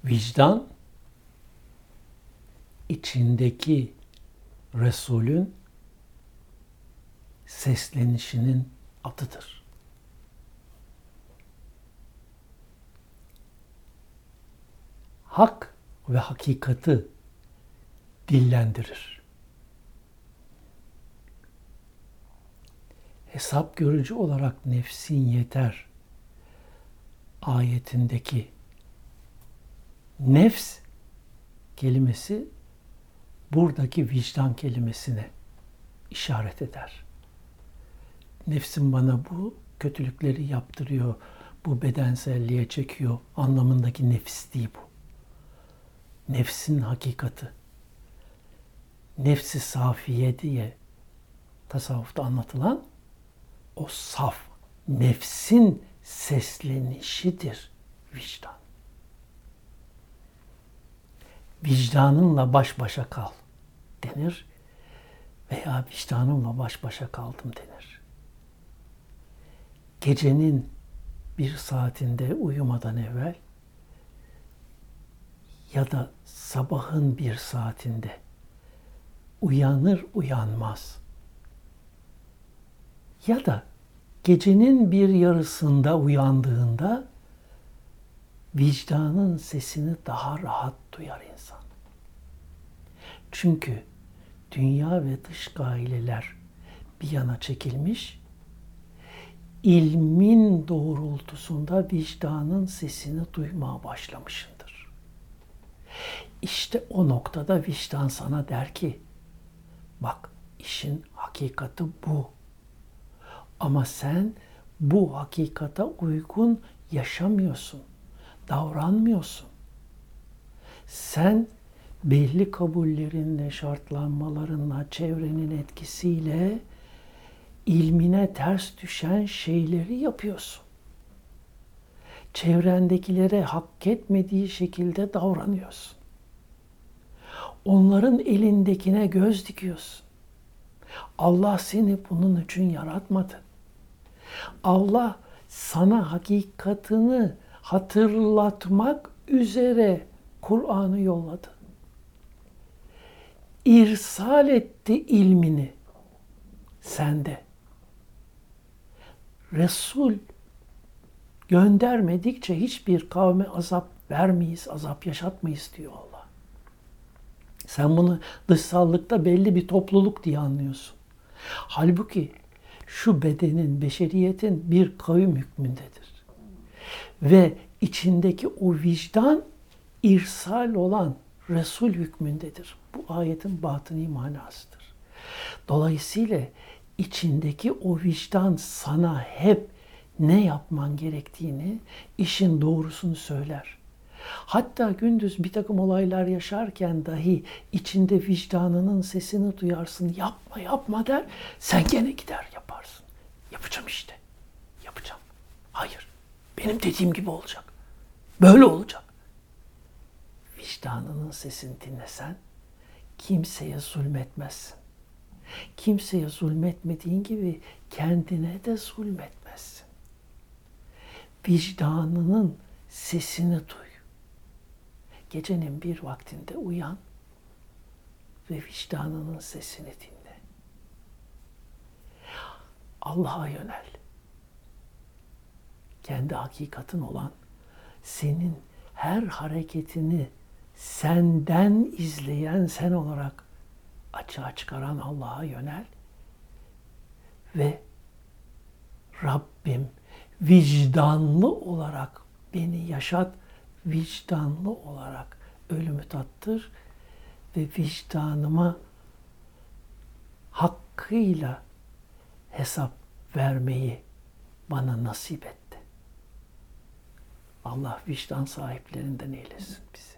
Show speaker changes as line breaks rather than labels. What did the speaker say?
Vicdan, içindeki Resulün seslenişinin adıdır. Hak ve hakikati dillendirir. Hesap görücü olarak nefsin yeter ayetindeki nefs kelimesi buradaki vicdan kelimesine işaret eder. Nefsim bana bu kötülükleri yaptırıyor, bu bedenselliğe çekiyor anlamındaki nefis değil bu. Nefsin hakikati. Nefsi safiye diye tasavvufta anlatılan o saf nefsin seslenişidir vicdan. Vicdanınla baş başa kal denir veya vicdanımla baş başa kaldım denir. Gecenin bir saatinde uyumadan evvel ya da sabahın bir saatinde uyanır uyanmaz ya da gecenin bir yarısında uyandığında vicdanın sesini daha rahat duyar insan. Çünkü dünya ve dış gaileler bir yana çekilmiş, ilmin doğrultusunda vicdanın sesini duymaya başlamışındır. İşte o noktada vicdan sana der ki, bak işin hakikati bu. Ama sen bu hakikate uygun yaşamıyorsun, davranmıyorsun. Sen belli kabullerinle, şartlanmalarınla, çevrenin etkisiyle ilmine ters düşen şeyleri yapıyorsun. Çevrendekilere hak etmediği şekilde davranıyorsun. Onların elindekine göz dikiyorsun. Allah seni bunun için yaratmadı. Allah sana hakikatini hatırlatmak üzere Kur'an'ı yolladı. İrsal etti ilmini sende. Resul göndermedikçe hiçbir kavme azap vermeyiz, azap yaşatmayız diyor Allah. Sen bunu dışsallıkta belli bir topluluk diye anlıyorsun. Halbuki şu bedenin, beşeriyetin bir kavim hükmündedir. Ve içindeki o vicdan irsal olan Resul hükmündedir. Bu ayetin batıni manasıdır. Dolayısıyla içindeki o vicdan sana hep ne yapman gerektiğini, işin doğrusunu söyler. Hatta gündüz bir takım olaylar yaşarken dahi içinde vicdanının sesini duyarsın. Yapma yapma der. Sen gene gider yaparsın. Yapacağım işte. Yapacağım. Hayır. Benim dediğim gibi olacak. Böyle olacak. Vicdanının sesini dinlesen kimseye zulmetmezsin. Kimseye zulmetmediğin gibi kendine de zulmetmezsin. Vicdanının sesini duy. Gecenin bir vaktinde uyan ve vicdanının sesini dinle. Allah'a yönel. Kendi hakikatin olan, senin her hareketini senden izleyen sen olarak açığa çıkaran Allah'a yönel ve Rabbim vicdanlı olarak beni yaşat, vicdanlı olarak ölümü tattır ve vicdanıma hakkıyla hesap vermeyi bana nasip etti. Allah vicdan sahiplerinden eylesin bizi.